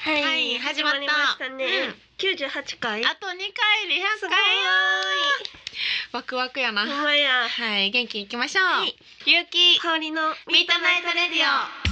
はい、始まりましたね。98回。 あと2回で100 すご回い。 ワクワクやな。 ほんまや。 はい、元気いきましょう。 はいゆうき香りのミッドナイトレディオ。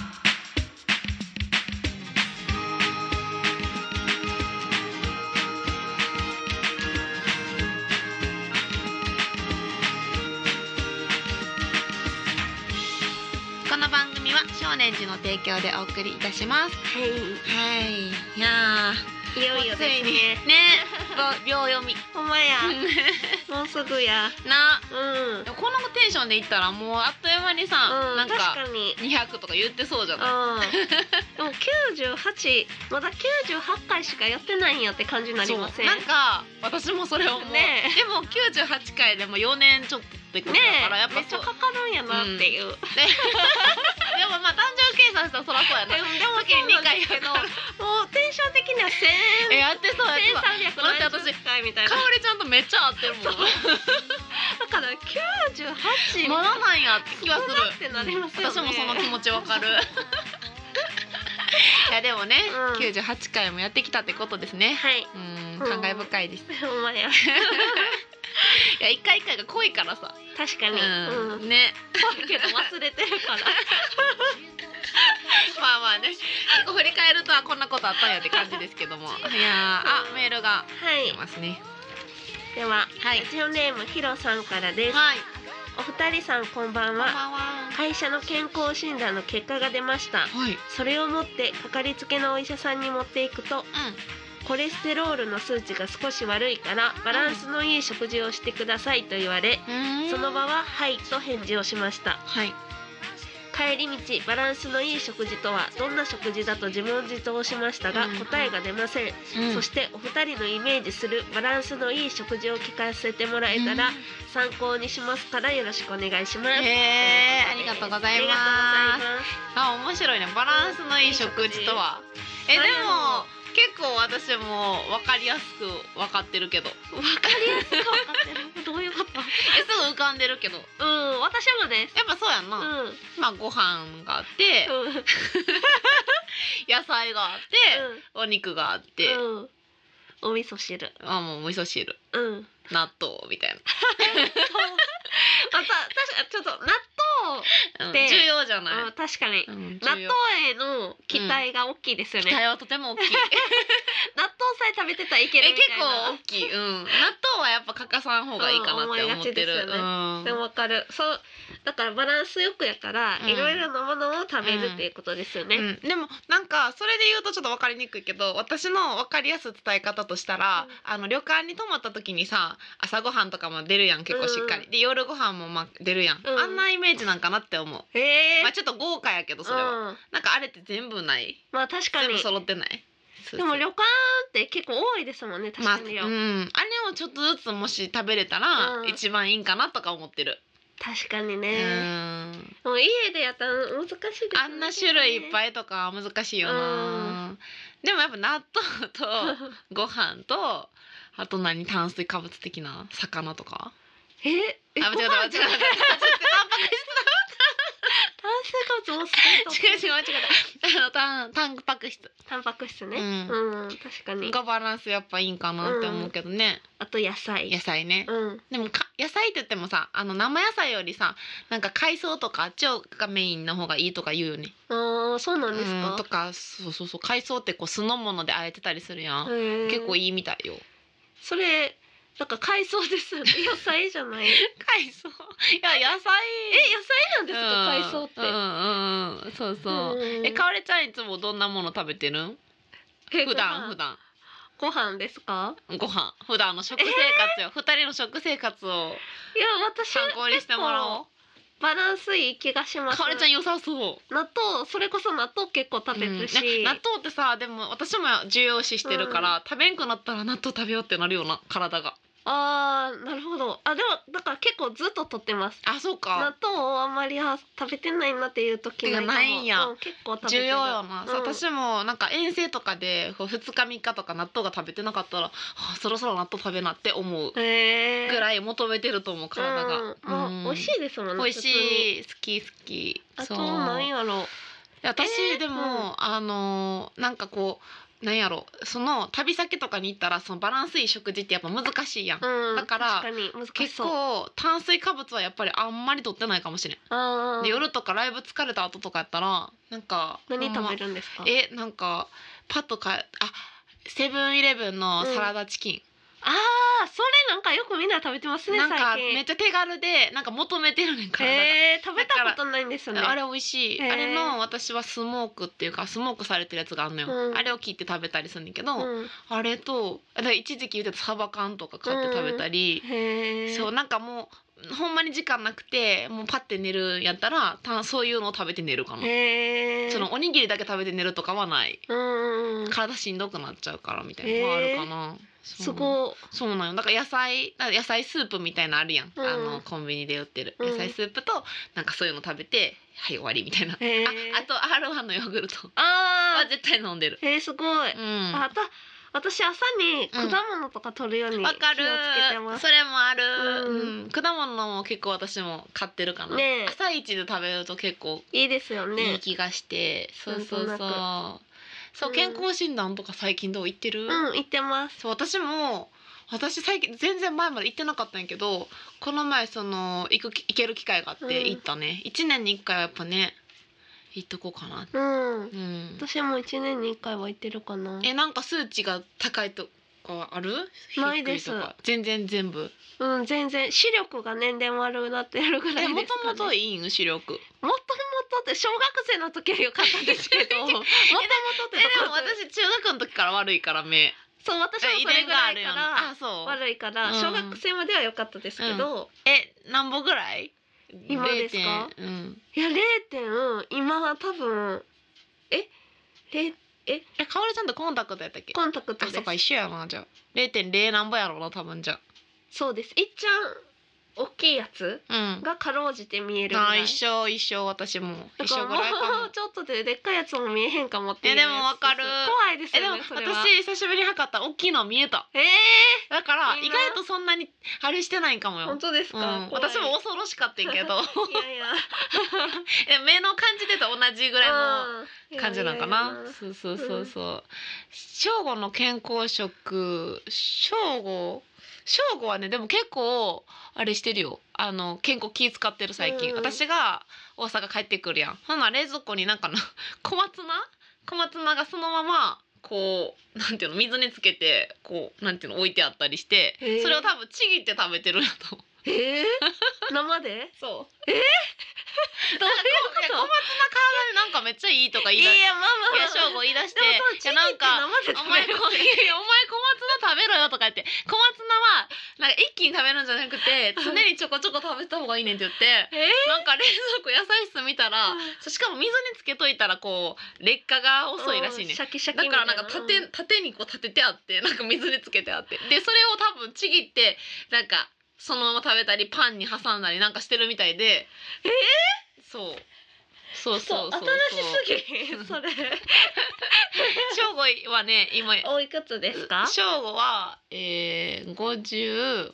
この番組は少年寺の提供でお送りいたします。 はい。 はい、いやいよいよですついにね。 ね、秒読みほんまや。もうすぐや。 な。 うん。 このテンションでいったらもうあっという間にさ、なん確かかに。 200とか言ってそうじゃない。 でも98、まだ98回しかやってないんやって感じになりません？ なんか私もそれ思う。 ねえでも98回でも4年ちょっとってことだねから、やっぱめっちゃかかるんやなっていう。 でもまあ誕生計算したらそらそうやな。 でもそうなんですけど、もうテンション的にはやってそうやってそう。 1370回みたいな。 香りちゃんとめっちゃ合ってるもん。 だから98 まだなんやって気がする。 ってなりますよね。 私もその気持ちわかる。いやでもね、98回もやってきたってことですね。 はい。 感慨深いです。 ほんまや。 いや一回一回が濃いからさ。 確かに。 ね。 濃いけど忘れてるから。 まあまあね、結構振り返るとこんなことあったんやって感じですけども。いやメールが来てますね。 では、ラジオネームひろさんからです。お二人さんこんばんは。会社の健康診断の結果が出ました。それを持ってかかりつけのお医者さんに持っていくと、コレステロールの数値が少し悪いからバランスのいい食事をしてくださいと言われ、その場ははいと返事をしました。帰り道、バランスのいい食事とはどんな食事だと自問自答しましたが、答えが出ません。そしてお二人のイメージするバランスのいい食事を聞かせてもらえたら参考にしますからよろしくお願いします。 ありがとうございます。面白いね。バランスのいい食事とは。でも結構私も分かりやすく分かってるけど。 分かりやすく分かってる。どういうこと？ すぐ浮かんでるけど。 私もです。 やっぱそうやんな。まあご飯があって、野菜があって、お肉があって、 お味噌汁。 もうお味噌汁。納豆みたいな。 確かにちょっと納豆って重要じゃない。 確かに納豆への期待が大きいですよね。 期待はとても大きい。 納豆さえ食べてたらいけるみたいな。 結構大きい。納豆はやっぱ欠かさん方がいいかなって思ってる。 でもわかる。そうだからバランスよくやからいろいろなものを食べるっていうことですよね。 でもなんかそれで言うとちょっと分かりにくいけど、私の分かりやすい伝え方としたら、旅館に泊まった時にさ、朝ごはんとかも出るやん、結構しっかり。で夜ご飯も出るやん。あんなイメージなんかなって思う。まあちょっと豪華やけどそれは。なんかあれって全部ない。 まあ確かに。 全部揃ってない。 でも旅館って結構多いですもんね。確かに。あれをちょっとずつもし食べれたら一番いいんかなとか思ってる。 確かにね。もう家でやったら難しいですね。 あんな種類いっぱいとか難しいよな。でもやっぱ納豆とご飯とあと炭水化物的な魚とか。 間違えた。タンパク質だ。炭水化物多すぎる。 違うタンパク質。 タンパク質ね。確かに。 がバランスやっぱいいんかなって思うけどね。 あと野菜ね。でも野菜って言ってもさ、生野菜よりさ、なんか海藻とかあっちがメインの方がいいとか言うよね。 そうなんですか。 とかそう海藻ってこう酢の物で和えてたりするやん。結構いいみたいよ。 それなんか海藻ですよね。野菜じゃない。 海藻。いや野菜。 野菜なんですか、海藻って。 そうそう。かおりちゃんいつもどんなもの食べてるん？普段。 ご飯ですか？ ご飯。普段の食生活よ。二人の食生活を。 私参考にしてもらおう。 バランスいい気がします。 かおりちゃん良さそう。 納豆、それこそ納豆結構食べるし。 納豆ってさ、でも私も重要視してるから、食べんくなったら納豆食べようってなるような体が。 なるほど。でもだから結構ずっと取ってます。 そうか。 納豆をあんまり食べてないなっていう時ないんや。 結構食べてる。 重要よな。私もなんか遠征とかで2日3日とか納豆が食べてなかったら、そろそろ納豆食べなって思うぐらい求めてると思う、体が。 美味しいですもんね。 美味しい。好き。 あと何やろう。 私でもなんかこうなんやろ、その旅先とかに行ったらそのバランスいい食事ってやっぱ難しいやん、だから結構炭水化物はやっぱりあんまり取ってないかもしれん。で夜とかライブ疲れた後とかやったらなんか何食べるんですか？ なんかパッとセブンイレブンのサラダチキン、 それなんかよくみんな食べてますね最近。 なんかめっちゃ手軽でなんか求めてるねんから。 食べたことないんですよね。 あれ美味しい。あれの私はスモークっていうかスモークされてるやつがあるのよ、あれを切って食べたりするんだけど、あれと一時期言ってたサバ缶とか買って食べたり、そうなんかもうほんまに時間なくてもうパッて寝るやったらそういうのを食べて寝るかな。そのおにぎりだけ食べて寝るとかはない、体しんどくなっちゃうからみたいなのはあるかな。 すごい。 そうなんよ。だから野菜スープみたいなのあるやん、コンビニで売ってる野菜スープとなんかそういうの食べてはい終わりみたいな。あと R1 のヨーグルトは絶対飲んでる。 すごい。私朝に果物とか取るように気をつけてます。 それもある、果物も結構私も買ってるかな、朝一で食べると結構いいですよね。 いい気がして。そう健康診断とか最近どう？行ってる？ 行ってます。 私最近全然前まで行ってなかったんやけど、この前行ける機会があって行ったね。1年に1回はやっぱね行っとこうかな。 私も1年に1回は行ってるかな。 なんか数値が高いとかある？ ないです。 全部。 全然視力が年々悪くなってるぐらいですかね。 もともといいん？視力。 もともとって小学生の時は良かったんですけど。もともとってでも私中学の時から悪いから目。 そう私はそれぐらいから悪いから小学生までは良かったですけど。 何歩ぐらい？ 今ですか？いや0.今は多分かおりちゃんとコンタクトやったっけ？ コンタクトです。 そうか一緒やな。じゃあ 0.0 何歩やろうな多分。じゃあそうです。いっちゃん大きいやつがかろうじて見えるぐらい。 一緒私も一緒ぐらいかも。 ちょっとでっかいやつも見えへんかもっていう。 でもわかる。 怖いですよね。 でも私久しぶりに測ったら大きいの見えた。だから意外とそんなにあれしてないんかもよ。 本当ですか？ 私も恐ろしかったんけど。 いや目の感じでと同じぐらいの感じなんかな。そう正午の健康食。正午はねでも結構あれしてるよ。健康気使ってる最近。私が大阪帰ってくるやん。ほな冷蔵庫になんかな小松菜がそのままこうなんていうの水につけてこうなんていうの置いてあったりして、それを多分ちぎって食べてるんやと思う。 生で？ そう。どういうこと？小松菜体になんかめっちゃいいとか言い出して、正午言い出して、なんかお前小松菜食べろよとか言って、小松菜はなんか一気に食べるんじゃなくて常にちょこちょこ食べた方がいいねんって言って、なんか冷蔵庫野菜室見たら、しかも水につけといたらこう劣化が遅いらしいねん。だからなんか縦にこう立ててあって、なんか水につけてあって、でそれを多分ちぎってなんかそのまま食べたりパンに挟んだりなんかしてるみたいで。そう新しすぎそれ。 正午はね今おいくつですか？ 正午は54。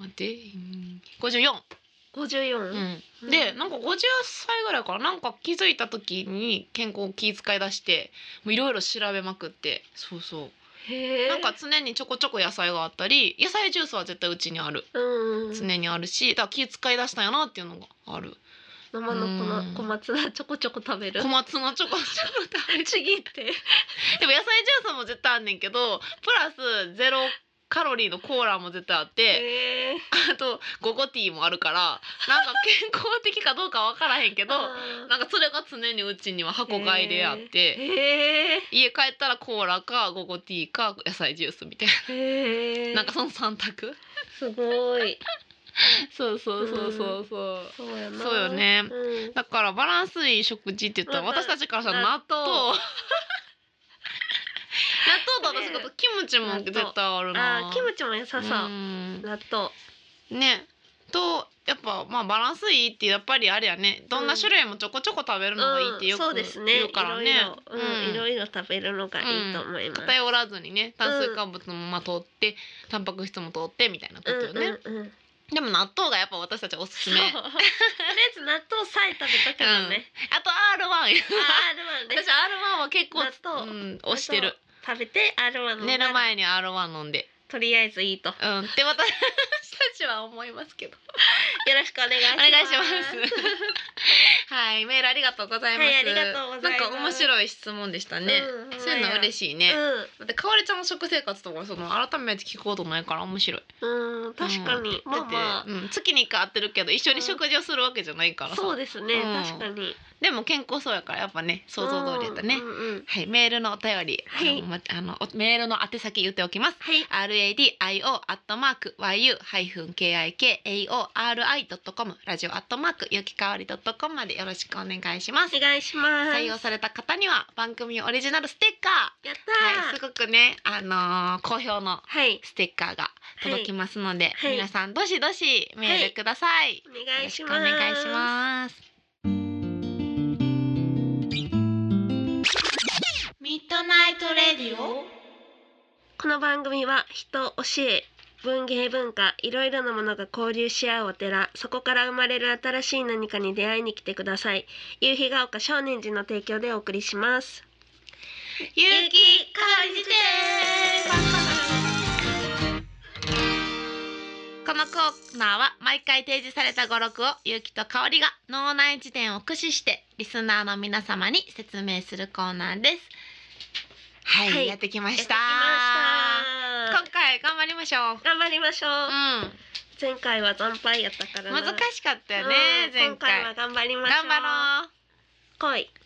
でなんか50歳ぐらいからなんか気づいた時に健康気遣い出していろいろ調べまくって。なんか常にちょこちょこ野菜があったり、野菜ジュースは絶対うちにある、常にあるし、だから気遣い出したんやなっていうのがある。 生の小松菜ちょこちょこ食べる。 小松菜ちょこちょこ食べちぎって。 でも野菜ジュースも絶対あんねんけど、プラスゼロカロリーのコーラも絶対あって、あとゴゴティーもあるから、なんか健康的かどうかわからへんけどなんかそれが常にうちには箱買いであって、家帰ったらコーラかゴゴティーか野菜ジュースみたいな、なんかその3択。 すごい。 そうそうよね、だからバランスいい食事って言ったら私たちからしたら納豆と私ことキムチも絶対あるな。 キムチも良さそう。納豆ねとやっぱまあバランスいいってやっぱりあれやね。どんな種類もちょこちょこ食べるのがいいってよく言うからね。 いろいろ食べるのがいいと思います。 偏らずにね、炭水化物もまとってタンパク質もとってみたいなことよね。 でも納豆がやっぱ私たちおすすめ。とりあえず納豆さえ食べたけどね。 あと R1 ね。 私 R1 は結構推してる。 食べて R1 寝る前に R1 飲んで。 とりあえずいいと。 って私たちは思いますけど。 よろしくお願いします。 お願いします。はい、メールありがとうございます。 ありがとうございます。 なんか面白い質問でしたね。そういうの嬉しいね。だってかおりちゃんの食生活とか改めて聞くことないから面白い。 確かに。 まあ月に1回会ってるけど一緒に食事をするわけじゃないからさ。 そうですね。確かに。でも健康そうやからやっぱね想像通りやったね。はい、メールのお便りメールの宛先言っておきます。radio@yu-kikaori.com ラジオゆきかおり.com までよろしくお願いします。 お願いします。 採用された方には番組オリジナルステッカーやったー、すごくね好評のステッカーが届きますので、皆さんどしどしメールください。 お願いします。 お願いします。ミッドナイトレディオ。 この番組は人、教え、文芸文化いろいろなものが交流し合うお寺、そこから生まれる新しい何かに出会いに来てください。夕日が丘少年寺の提供でお送りします。 ゆきかおり辞典。このコーナーは毎回提示された語録をゆきとかおりが脳内辞典を駆使してリスナーの皆様に説明するコーナーです。はい、やってきました。今回頑張りましょう。 頑張りましょう。前回は惨敗やったから難しかったよね。 今回は頑張りましょう。 頑張ろう。 来い。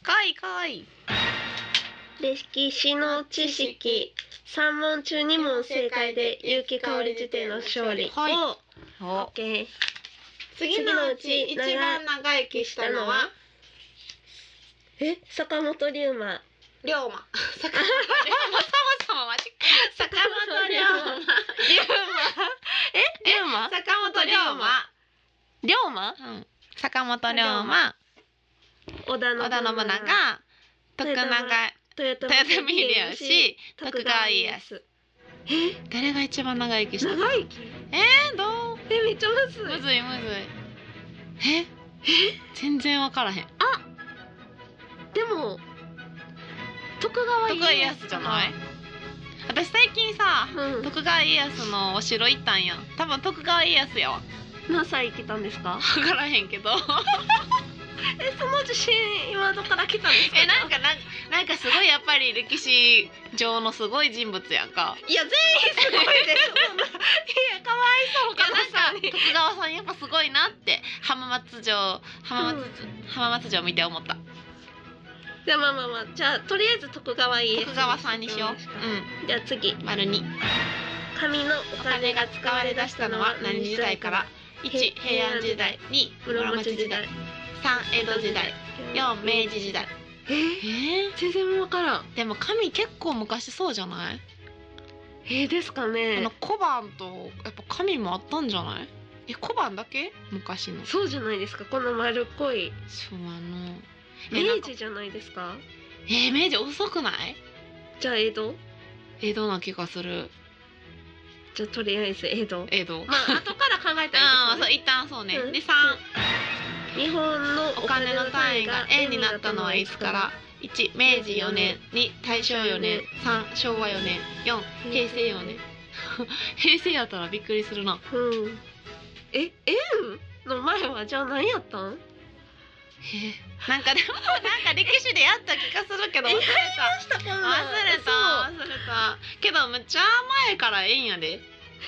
歴史の知識3問中2問正解でゆきかおり辞典の勝利。オッケー。 次のうち一番長生きしたのは坂本龍馬。 龍馬。坂本龍馬。坂本龍馬。織田信長。徳永。豊臣秀吉。徳川家康。誰が一番長生きした？ 長生き？ どう？ めっちゃむずい。 むずい。全然わからへん。 でも徳川家康じゃない？私最近さ、徳川家康のお城行ったんや。多分徳川家康やわ。 何歳来たんですか？ わからへんけど。 その自信今どこから来たんですか？ なんかすごいやっぱり歴史上のすごい人物やんか。 いや全員すごいです。いやかわいそうかなんか徳川さんやっぱすごいなって浜松城見て思った。 じゃあじゃあとりあえず徳川家康。 徳川さんにしよう。 じゃあ次。 ②。 紙のお金が使われ出したのは何時代から？1、平安時代。2、室町時代。 3、江戸時代。4、明治時代。 全然分からん。 でも紙結構昔そうじゃない？ ですかね。 小判とやっぱ紙もあったんじゃない？小判だけ？昔の。 そうじゃないですか。この丸っこい。 そう明治じゃないですか？ 明治遅くない？ じゃあ江戸な気がする。 じゃあとりあえず江戸。 後から考えたらいいですよね。 一旦そうね。で3。 日本のお金の単位が円になったのはいつから？ 1、明治4年。2、大正4年。3、昭和4年。4、平成4年。平成やったらびっくりするな。 円の前はじゃあ何やったん？ なんか歴史でやった気がするけど忘れたけどむっちゃ前から円やで。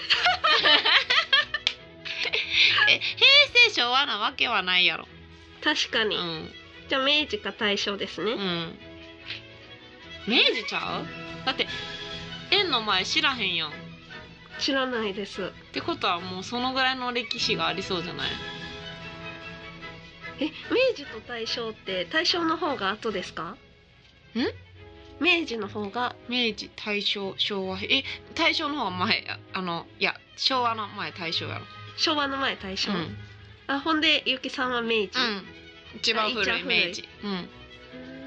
平成昭和なわけはないやろ。 確かに。じゃあ明治か大正ですね。 明治ちゃう？だって円の前知らへんやん。 知らないです。 ってことはもうそのぐらいの歴史がありそうじゃない？ 明治と大正って大正の方が後ですか？明治の方が。 明治、大正、昭和。大正の方が前いや昭和の前大正やろ。 昭和の前大正。ほんでゆきさんは明治。 一番古い明治。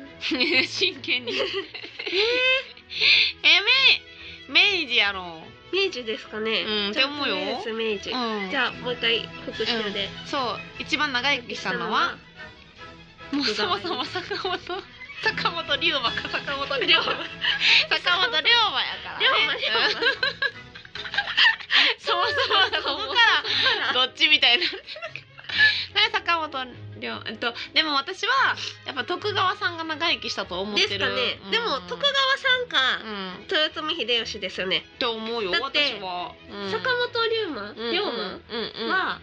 真剣に。明治やろ。 明治ですかね。 って思うよ。 明治。じゃあもう一回復習で。 そう一番長生きしたのはもうそもそも坂本龍馬か坂本龍馬やからね。そもそもここからどっちみたいな。坂本龍でも私はやっぱ徳川さんが長生きしたと思ってる。ですかね。 でも徳川さんか豊臣秀吉ですよね。 と思うよ。 だって私は坂本龍馬は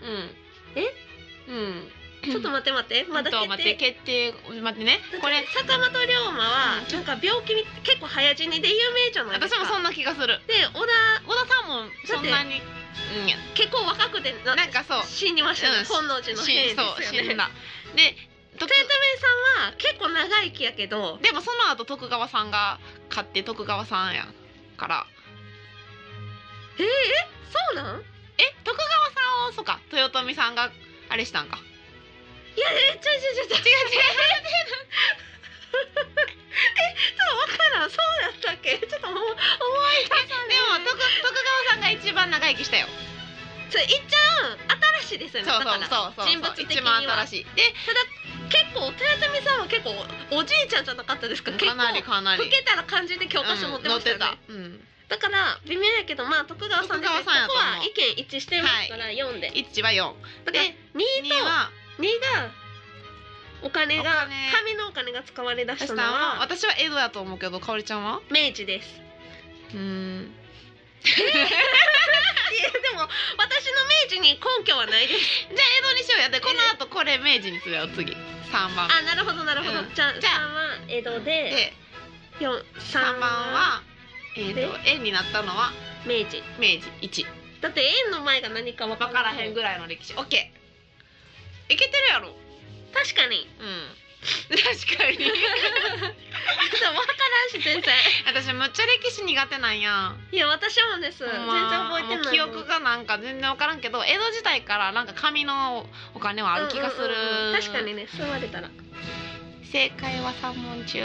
ちょっと待ってまだ決定待ってね。これ坂本龍馬はなんか病気結構早死にで有名じゃないですか。 私もそんな気がする。 で織田さんもそんなに結構若くてなんかそう死にましたね。本能寺の変ですよね。で豊臣さんは結構長生きやけど、 でもその後徳川さんが勝って徳川さんやから。 そうなん？ 徳川さんをそうか豊臣さんがあれしたんか。 いや違う。ちょっと分からん。そうやったっけ？ちょっと思い出さね。 でも徳川さんが一番長生きしたよ。 それいっちゃん新しいですよね。 そう人物的には一番新しい。でただ結構豊臣さんは結構おじいちゃんじゃなかったですか？ かなり老けたら感じで教科書載ってましたよね。だから微妙やけど徳川さんですね。ここは意見一致してますから4で。 1は4。 で2がお金が紙のお金が使われだしたのは私は江戸やと思うけど、かおりちゃんは明治です。でも私の明治に根拠はないです。 じゃあ江戸にしようや。でこの後これ明治にするよ次3番。 なるほど。じゃあ3は江戸で 3番は円になったのは明治 1。 だって円の前が何か分からへんぐらいの歴史。オッケーいけてるやろ。 確かに確かに分からんし全然。 私むっちゃ歴史苦手なんや。 いや私もです。全然覚えてない。 記憶がなんか全然分からんけど、江戸時代からなんか紙のお金はある気がする。 確かにね、そう言われたら。 正解は3問中。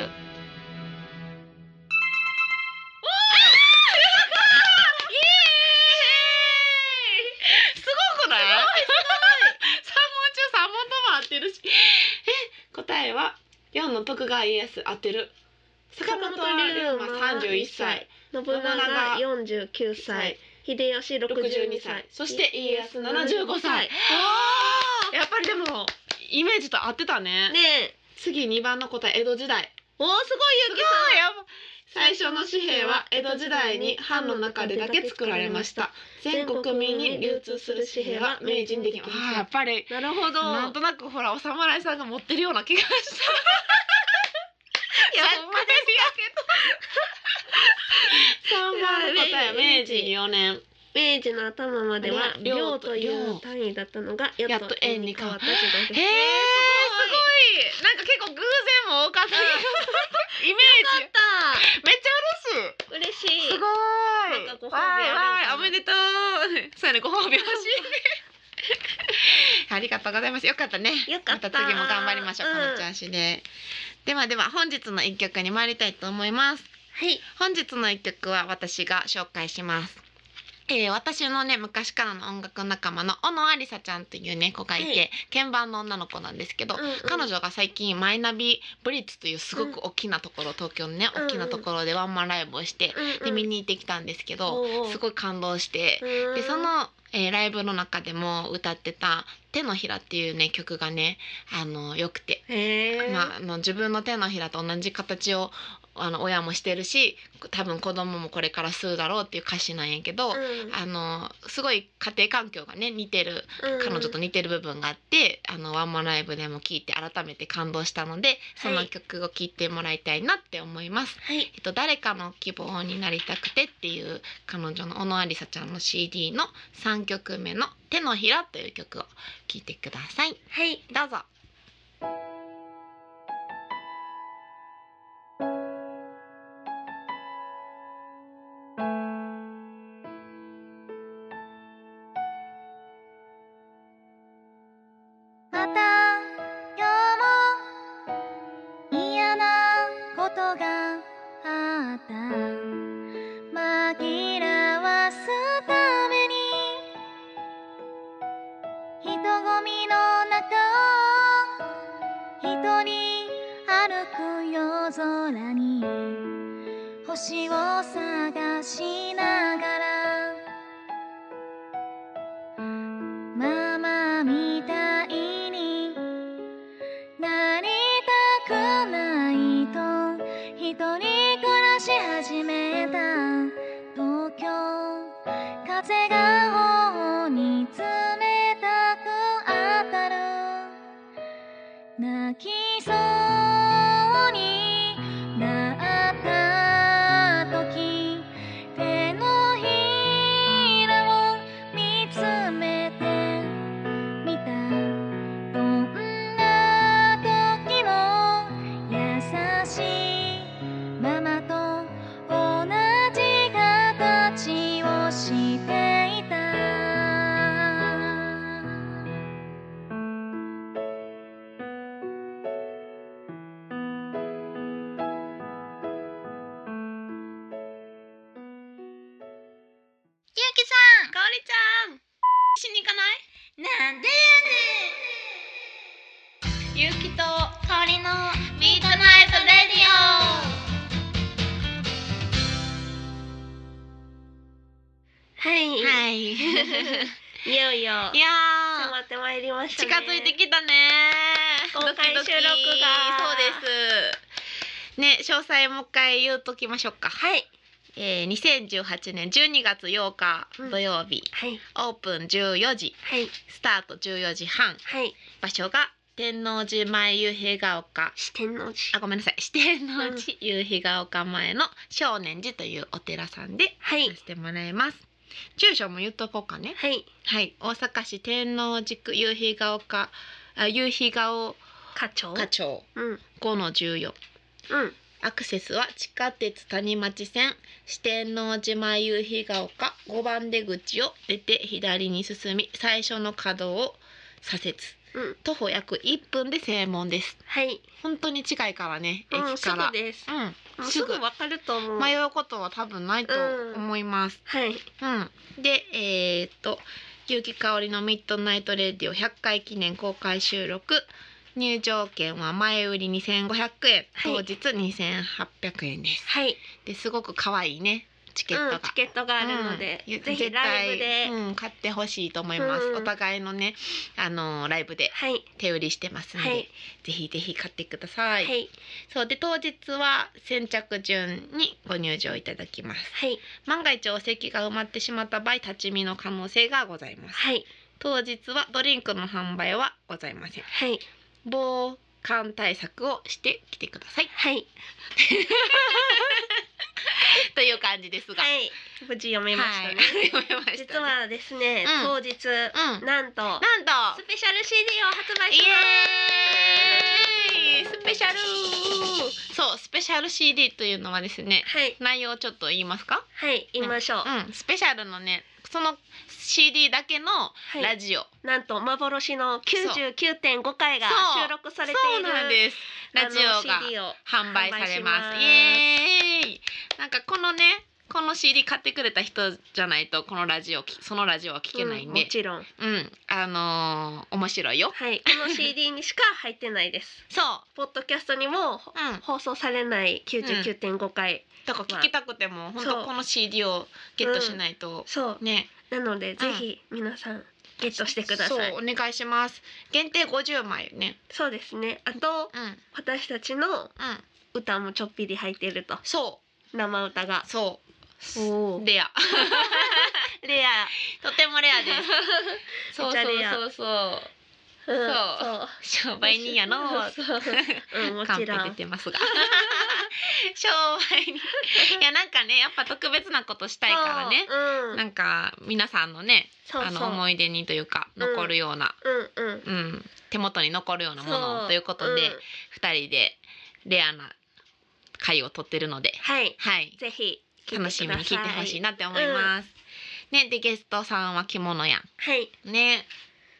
すごくない？3問中3問とも合ってるし。答えは4の徳川家康。合ってる。坂本龍馬31歳、 信長49歳、秀吉62歳、 そして家康75歳。やっぱりでもイメージと合ってたね。次2番の答え江戸時代。 おーすごいゆきさん。 最初の紙幣は江戸時代に藩の中でだけ作られました。全国民に流通する紙幣は明治にできました。やっぱりなるほど。 なんとなくほらお侍さんが持ってるような気がした。いやほんまですやけど。3番の答え明治4年。 明治の頭までは両という単位だったのがやっと円に変わった時代です。 すごい。なんか結構偶然も多かった。イメージ。めっちゃ嬉しい。 すごい。なんかご褒美ある。おめでとう。そうやね、ご褒美欲しい。ありがとうございます。よかったね。また次も頑張りましょう。この調子で。では本日の一曲に参りたいと思います。 はい。 本日の一曲は私が紹介します。私のね昔からの音楽仲間の小野ありさちゃんというね子がいて、鍵盤の女の子なんですけど、彼女が最近マイナビブリッツというすごく大きなところ、東京のね大きなところでワンマンライブをして、で見に行ってきたんですけど、すごい感動して、でその、ライブの中でも歌ってた「手のひら」っていうね曲がねよくて、自分の手のひらと同じ形を親もしてるし、多分子供もこれから吸うだろうっていう歌詞なんやけど、すごい家庭環境がね似てる、彼女と似てる部分があって、ワンマンライブでも聴いて改めて感動したので、その曲を聴いてもらいたいなって思います。誰かの希望になりたくてっていう彼女の小野ありさちゃんの CD の3曲目の手のひらという曲を聴いてください。 はい、 どうぞ。 があった紛らわす歩く夜空に星を探しながら、ママみたいになりたくないと一人暮らし始めた東京、風が頬に冷たく当たる、泣きそうになった時、手のひらを見つめてみた。どんな時も優しいママと同じ形をしていた。ゆうきさん、 かおりちゃんしに行かない？ なんでゆうきとかおりのミートナイトレディはい、 はいいよいよいや迫ってまいりましたね。 近づいてきたね。 公開収録がドキドキそうですね。詳細もう一回言うときましょうか。 はい 2018年12月8日土曜日、 はいオープン14時、 はいスタート14時半、 はい。 場所が天王寺前夕日が丘、 四天王寺。 ごめんなさい、四天王寺夕日が丘前の少年寺というお寺さんではいさせてもらいます。住所も言っとこうかね。 はい。 はい、大阪市天王寺区夕日が丘、夕日が丘課長。 町うん 5-14。 うんアクセスは地下鉄谷町線四天王寺前夕日が丘5番出口を出て左に進み、最初の角を左折、 うん。 徒歩約1分で正門です。 はい。 本当に近いからね、 うん、す駅からぐです。 うん、 すすぐぐわかると思う。 迷うことは多分ないと思います。 はい。 うん、で結城かおりのミッドナイトレディオ100回記念公開収録、入場券は前売り2500円、当日2800円です。 はい。 ですごく可愛いね、チケットが、 チケットがあるので、 うんぜひライブで、 買ってほしいと思います。お互いのね、ライブではい手売りしてますので、 はいぜひぜひ買ってください。 はいそうで、当日は先着順にご入場いただきます。 はい万が一お席が埋まってしまった場合、立ち見の可能性がございます。 はい当日はドリンクの販売はございません。 はい防寒対策をしてきてくださいはいという感じですが、 はい無事読めましたね。 はい読めましたね。 実はですね、 うん当日、なんとなんとスペシャル CD を発売しイます。 エーイスペシャルそうスペシャル CD というのはですね、 はい内容をちょっと言いますか。 はい言いましょう。 スペシャルのね、その CD だけのはいラジオ、 なんと幻の 99.5 回がそう収録されているそうなんです。ラジオが CD を販売されます。 販売しますイエーイ。なんかこの CD 買ってくれた人じゃないとそのラジオは聞けないんで、 もちろん面白いよ。 はいこの CD にしか入ってないです。 そう。 ポッドキャストにも、放送されない 99.5 回、 だから聞きたくても本そう当この CD をゲットしないと、 そうね。 なので、ぜひ皆さんゲットしてください。 そうお願いします。限定50枚ね。 そうですね。あと、私たちの歌もちょっぴり入ってると。 そう生歌が。 そうおーレアレア。 とてもレアですそうそうそうそうそう商売人やのそうもちろんカンペ出てますが商売人いやなんかねやっぱ特別なことしたいからね、なんか皆さんのね思い出にというか残るような、手元に残るようなものということで、2人でレアな回を撮ってるので、はいぜひ楽しみに聞いてほしいなって思います。ね、でゲストさんは着物やん。 はい。 ね。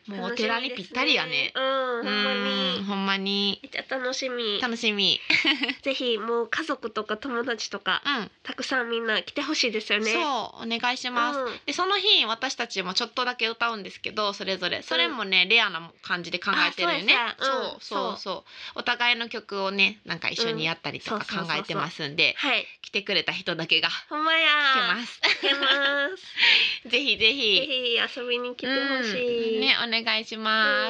もうお寺にぴったりやね。ほんまにめっちゃ楽しみぜひもう家族とか友達とか、たくさんみんな来てほしいですよね。 そうお願いします、でその日私たちもちょっとだけ歌うんですけど、それぞれそれもね、レアな感じで考えてるよね。そうお互いの曲をねなんか一緒にやったりとか考えてますんで、来てくれた人だけがほんまや来ますぜひぜひ遊びに来てほしい、 ねお願いします、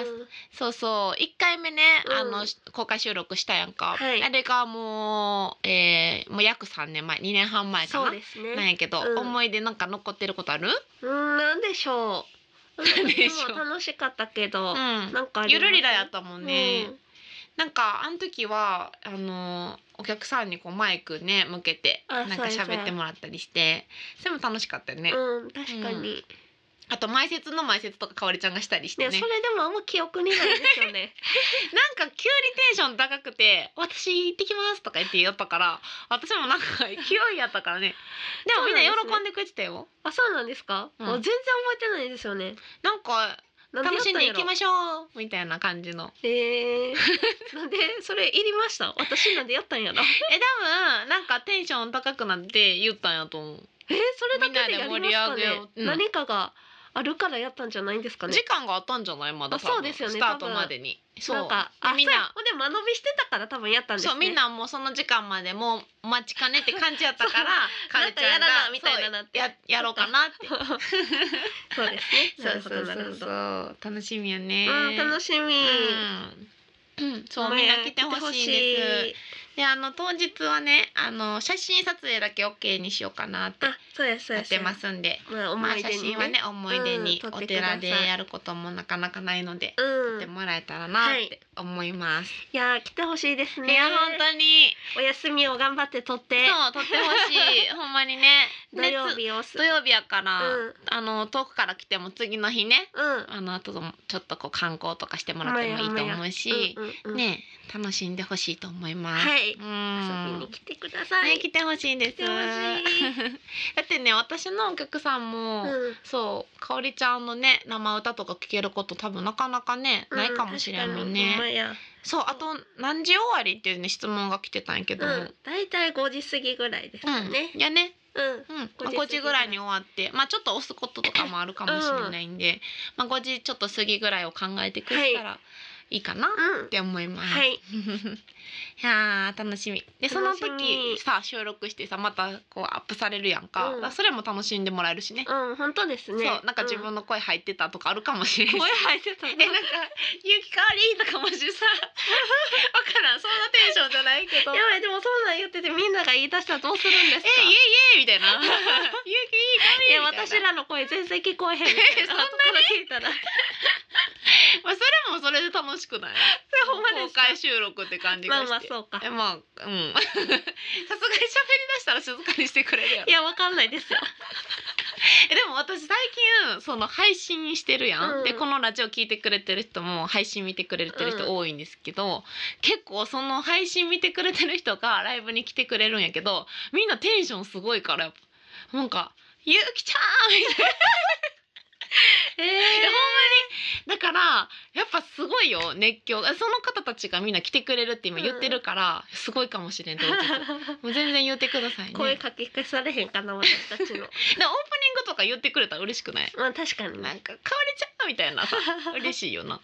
そうそう1回目ね、公開収録したやんか、あれがもう約3年前2年半前かな、なんやけど、思い出なんか残ってることある？ なんでしょうでも楽しかったけど、なんかゆるりらやったもんね、なんかあの時はお客さんにこうマイクね向けてなんか喋ってもらったりして、それも楽しかったよね。 確かに。 あと前説とかかおりちゃんがしたりしてね。 それでもあんま記憶にないですよね。 なんか急にテンション高くて、私行ってきますとか言ってやったから、私もなんか勢いやったからね。でもみんな喜んでくれてたよ。 あ、そうなんですか？全然覚えてないですよね。 なんか楽しんでいきましょうみたいな感じの。なんでそれいりました？私なんでやったんやろ。 多分なんかテンション高くなって言ったんやと思う。 それだけでやりますかね。何かがあるからやったんじゃないんですかね。 時間があったんじゃない？まだそうですよね。 スタートまでに。 なんかみんなで間延びしてたから多分やったんですね。 そうみんなもうその時間までもうお待ちかねって感じやったからかるちゃんがみたいななってやろうかなって。 そうですね。 そう楽しみよね。 楽しみ。 そうみんな来てほしいです。で当日はね写真撮影だけ OK にしようかなってやってますんで、写真はね思い出にお寺でやることもなかなかないので撮ってもらえたらなって思います。 いや来てほしいですね。 いや本当にお休みを頑張って撮って撮ってほしいほんまにね。 土曜日やから遠くから来ても次の日ねあとちょっとこう観光とかしてもらってもいいと思うしね楽しんでほしいと思います。遊びに来てください。 来てほしいです。だってね私のお客さんもそうかおりちゃんのね生歌とか聞けること多分なかなかねないかもしれんもんね。そうあと何時終わりっていうね質問が来てたんやけども、 だいたい5時過ぎぐらいですかね。 いやね。5時ぐらいに終わってちょっと押すこととかもあるかもしれないんで5時ちょっと過ぎぐらいを考えてくれたらいいかなって思います。いや楽しみでその時さ収録してさまたこうアップされるやんか、それも楽しんでもらえるしね。 本当ですね。 そうなんか自分の声入ってたとかあるかもしれない。 声入ってたなんかゆきかおりとかもしさわからんそんなテンションじゃないけどやばいでもそんなん言っててみんなが言い出したらどうするんですか？ イエイイエイみたいなゆきかおりいや私らの声全然聞こえへんみたいなところ聞いたらそれもそれで楽しくない？公開収録って感じがして。 そうか。 さすがに喋り出したら静かにしてくれるやろ。 いやわかんないですよ。 でも私最近その配信してるやん。でこのラジオ聞いてくれてる人も配信見てくれてる人多いんですけど、結構その配信見てくれてる人がライブに来てくれるんやけど、みんなテンションすごいからやっぱなんかゆきちゃんみたいな。ほんまにだからやっぱすごいよ熱狂。その方たちがみんな来てくれるって今言ってるから、すごいかもしれん。もう全然言ってくださいね。 声かき消されへんかな私たちの。でオープニングとか言ってくれたら嬉しくない？ 確かになんかかおりちゃんみたいなさ嬉しいよな。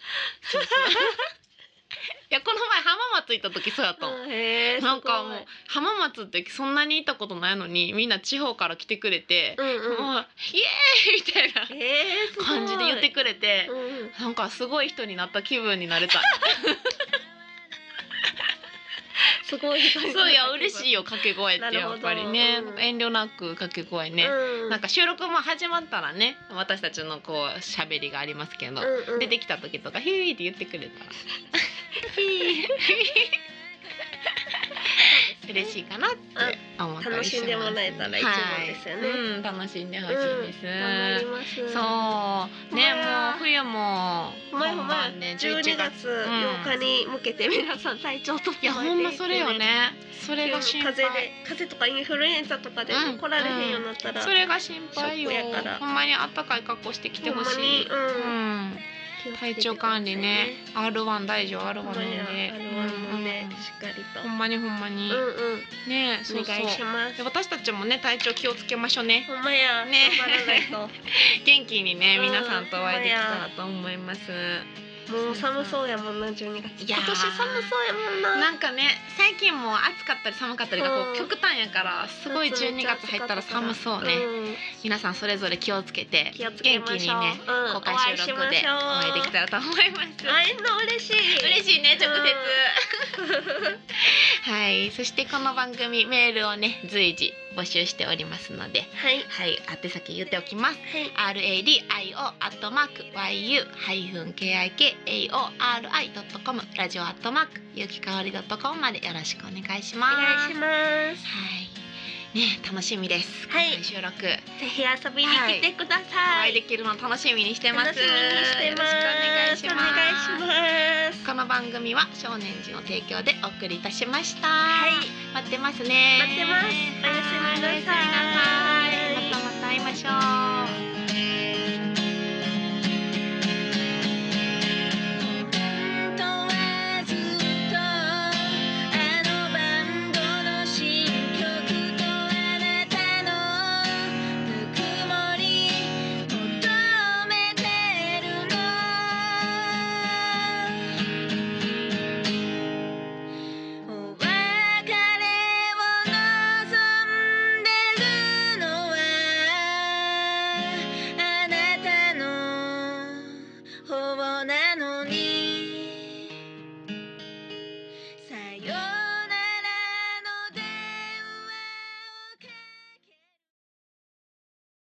いやこの前浜松行った時そうやったの。なんかもう浜松ってそんなに行ったことないのにみんな地方から来てくれて、もうイエーイみたいな感じで言ってくれて、なんかすごい人になった気分になれた。 すごいそういや嬉しいよ掛け声ってやっぱりね、遠慮なく掛け声ね、なんか収録も始まったらね私たちのこう喋りがありますけど、出てきた時とかヒーって言ってくれたら嬉しいかなって思ったりします。 楽しんでもらえたら一番ですよね。 楽しんでほしいです。そうね、もう冬も本番ね12月8日に向けて皆さん体調とって。 いやほんまそれよね。それが心配。 風邪とかインフルエンザとかで来られへんようになったらそれが心配よ。ほんまに暖かい格好してきてほしい。 体調管理ね。R1 大丈夫 R1 飲んで。 R1 飲んでしっかりと。 ほんまに。ね、 お願いします。 私たちもね体調気をつけましょうね。 ほんまや。ね。 元気にね皆さんとお会いできたらと思います。 もう寒そうやもんな12月。今年寒そうやもんな。 なんかね最近も暑かったり寒かったりがこう極端やからすごい12月入ったら寒そうね。皆さんそれぞれ気をつけて元気にね公開収録でお会いできたらと思います。 会えるの嬉しいね直接。はい、そしてこの番組メールをね随時募集しておりますので、宛先言っておきます。radio@yu-kikaori.com ラジオゆきかおり .com までよろしくお願いします。 お願いします。 はいね、楽しみです。収録ぜひ遊びに来てください。 お会いできるの楽しみにしてます。 楽しみにしてます。 よろしくお願いします。 お願いします。 この番組は少年寺の提供でお送りいたしました。待ってますね。 待ってます。おやすみなさい。 また会いましょう。